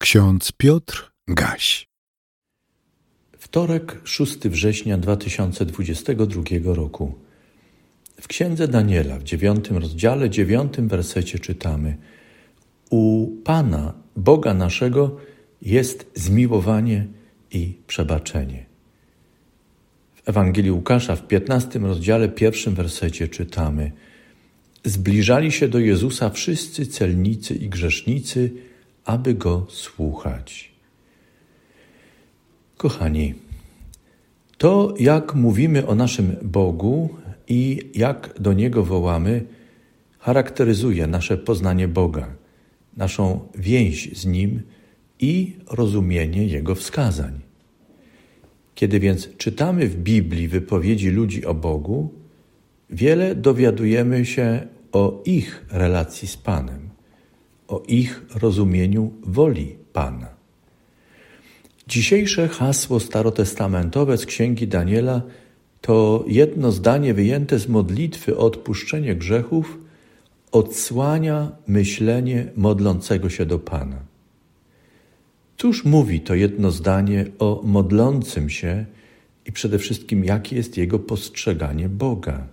Ksiądz Piotr Gaś. Wtorek, 6 września 2022 roku. W Księdze Daniela, w 9 rozdziale, 9 wersecie czytamy: U Pana, Boga naszego, jest zmiłowanie i przebaczenie. W Ewangelii Łukasza, w 15 rozdziale, 1 wersecie czytamy: Zbliżali się do Jezusa wszyscy celnicy i grzesznicy, aby Go słuchać. Kochani, to jak mówimy o naszym Bogu i jak do Niego wołamy, charakteryzuje nasze poznanie Boga, naszą więź z Nim i rozumienie Jego wskazań. Kiedy więc czytamy w Biblii wypowiedzi ludzi o Bogu, wiele dowiadujemy się o ich relacji z Panem, o ich rozumieniu woli Pana. Dzisiejsze hasło starotestamentowe z Księgi Daniela to jedno zdanie wyjęte z modlitwy o odpuszczenie grzechów, odsłania myślenie modlącego się do Pana. Cóż mówi to jedno zdanie o modlącym się i przede wszystkim jakie jest jego postrzeganie Boga?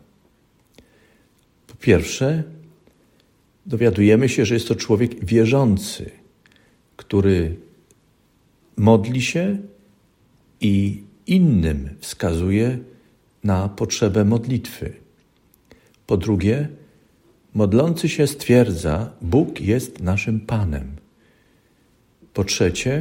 Po pierwsze, dowiadujemy się, że jest to człowiek wierzący, który modli się i innym wskazuje na potrzebę modlitwy. Po drugie, modlący się stwierdza: Bóg jest naszym Panem. Po trzecie,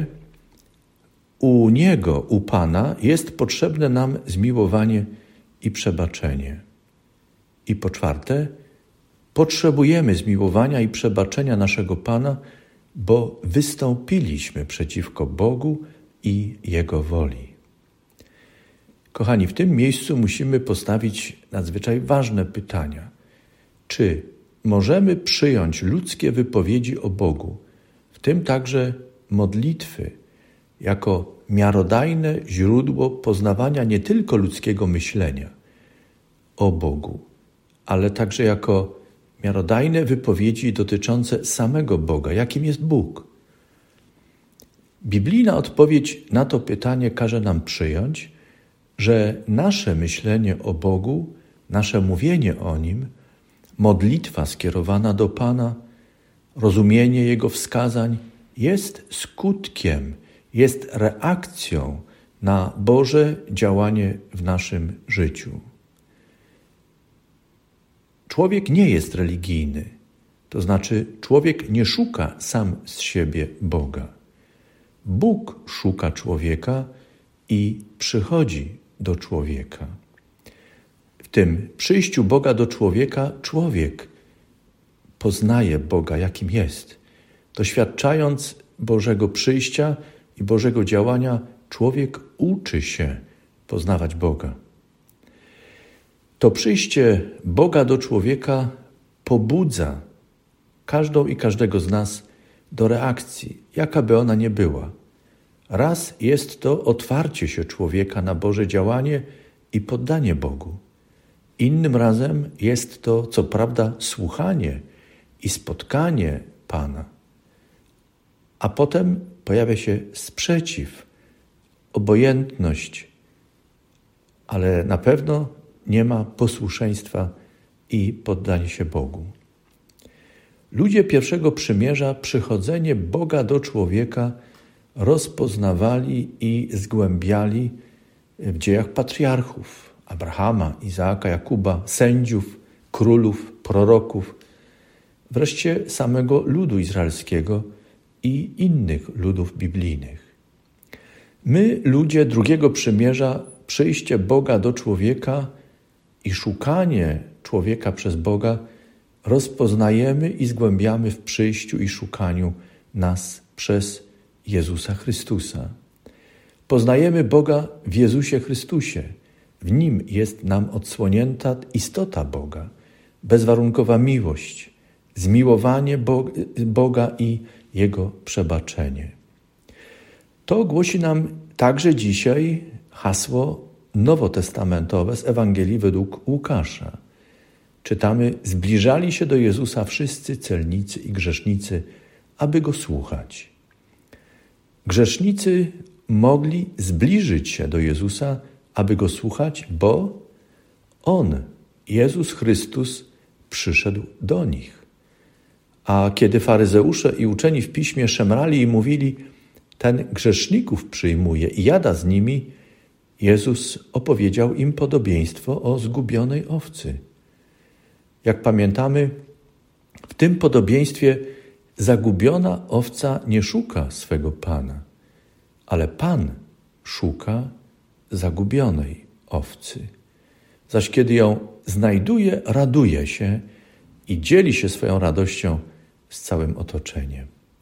u Niego, u Pana jest potrzebne nam zmiłowanie i przebaczenie. I po czwarte, potrzebujemy zmiłowania i przebaczenia naszego Pana, bo wystąpiliśmy przeciwko Bogu i Jego woli. Kochani, w tym miejscu musimy postawić nadzwyczaj ważne pytania. Czy możemy przyjąć ludzkie wypowiedzi o Bogu, w tym także modlitwy, jako miarodajne źródło poznawania nie tylko ludzkiego myślenia o Bogu, ale także jako miarodajne wypowiedzi dotyczące samego Boga, jakim jest Bóg? Biblijna odpowiedź na to pytanie każe nam przyjąć, że nasze myślenie o Bogu, nasze mówienie o Nim, modlitwa skierowana do Pana, rozumienie Jego wskazań jest skutkiem, jest reakcją na Boże działanie w naszym życiu. Człowiek nie jest religijny, to znaczy człowiek nie szuka sam z siebie Boga. Bóg szuka człowieka i przychodzi do człowieka. W tym przyjściu Boga do człowieka człowiek poznaje Boga, jakim jest. Doświadczając Bożego przyjścia i Bożego działania, człowiek uczy się poznawać Boga. To przyjście Boga do człowieka pobudza każdą i każdego z nas do reakcji, jaka by ona nie była. Raz jest to otwarcie się człowieka na Boże działanie i poddanie Bogu. Innym razem jest to, co prawda, słuchanie i spotkanie Pana. A potem pojawia się sprzeciw, obojętność, ale na pewno nie ma posłuszeństwa i poddanie się Bogu. Ludzie pierwszego przymierza przychodzenie Boga do człowieka rozpoznawali i zgłębiali w dziejach patriarchów: Abrahama, Izaaka, Jakuba, sędziów, królów, proroków, wreszcie samego ludu izraelskiego i innych ludów biblijnych. My, ludzie drugiego przymierza, przyjście Boga do człowieka i szukanie człowieka przez Boga rozpoznajemy i zgłębiamy w przyjściu i szukaniu nas przez Jezusa Chrystusa. Poznajemy Boga w Jezusie Chrystusie. W Nim jest nam odsłonięta istota Boga, bezwarunkowa miłość, zmiłowanie Boga i Jego przebaczenie. To głosi nam także dzisiaj hasło nowotestamentowe z Ewangelii według Łukasza. Czytamy: zbliżali się do Jezusa wszyscy celnicy i grzesznicy, aby Go słuchać. Grzesznicy mogli zbliżyć się do Jezusa, aby Go słuchać, bo On, Jezus Chrystus, przyszedł do nich. A kiedy faryzeusze i uczeni w piśmie szemrali i mówili, ten grzeszników przyjmuje i jada z nimi, Jezus opowiedział im podobieństwo o zgubionej owcy. Jak pamiętamy, w tym podobieństwie zagubiona owca nie szuka swego Pana, ale Pan szuka zagubionej owcy. Zaś kiedy ją znajduje, raduje się i dzieli się swoją radością z całym otoczeniem.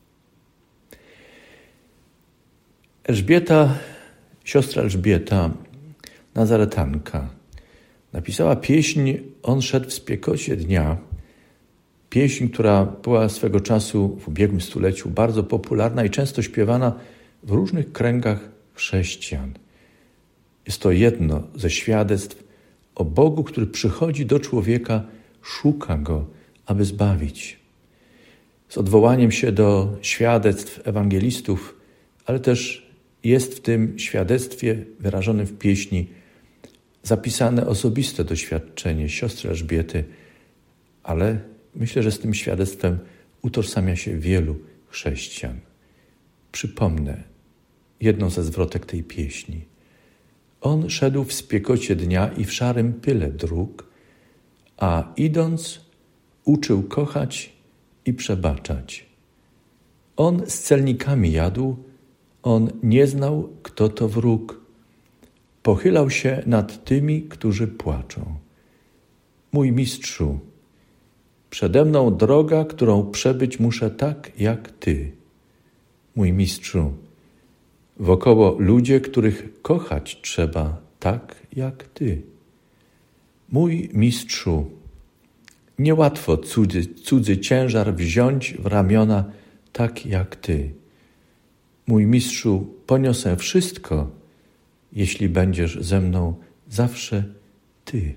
Siostra Elżbieta, Nazaretanka, napisała pieśń On szedł w spiekocie dnia. Pieśń, która była swego czasu w ubiegłym stuleciu bardzo popularna i często śpiewana w różnych kręgach chrześcijan. Jest to jedno ze świadectw o Bogu, który przychodzi do człowieka, szuka Go, aby zbawić. Z odwołaniem się do świadectw ewangelistów, ale też jest w tym świadectwie wyrażonym w pieśni zapisane osobiste doświadczenie siostry Elżbiety, ale myślę, że z tym świadectwem utożsamia się wielu chrześcijan. Przypomnę jedną ze zwrotek tej pieśni. On szedł w spiekocie dnia i w szarym pyle dróg, a idąc uczył kochać i przebaczać. On z celnikami jadł, on nie znał, kto to wróg. Pochylał się nad tymi, którzy płaczą. Mój mistrzu, przede mną droga, którą przebyć muszę tak jak Ty. Mój mistrzu, wokoło ludzie, których kochać trzeba tak jak Ty. Mój mistrzu, niełatwo cudzy ciężar wziąć w ramiona tak jak Ty. Mój mistrzu, poniosę wszystko, jeśli będziesz ze mną zawsze Ty.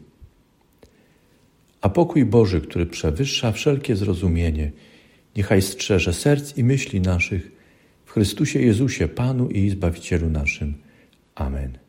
A pokój Boży, który przewyższa wszelkie zrozumienie, niechaj strzeże serc i myśli naszych w Chrystusie Jezusie, Panu i Zbawicielu naszym. Amen.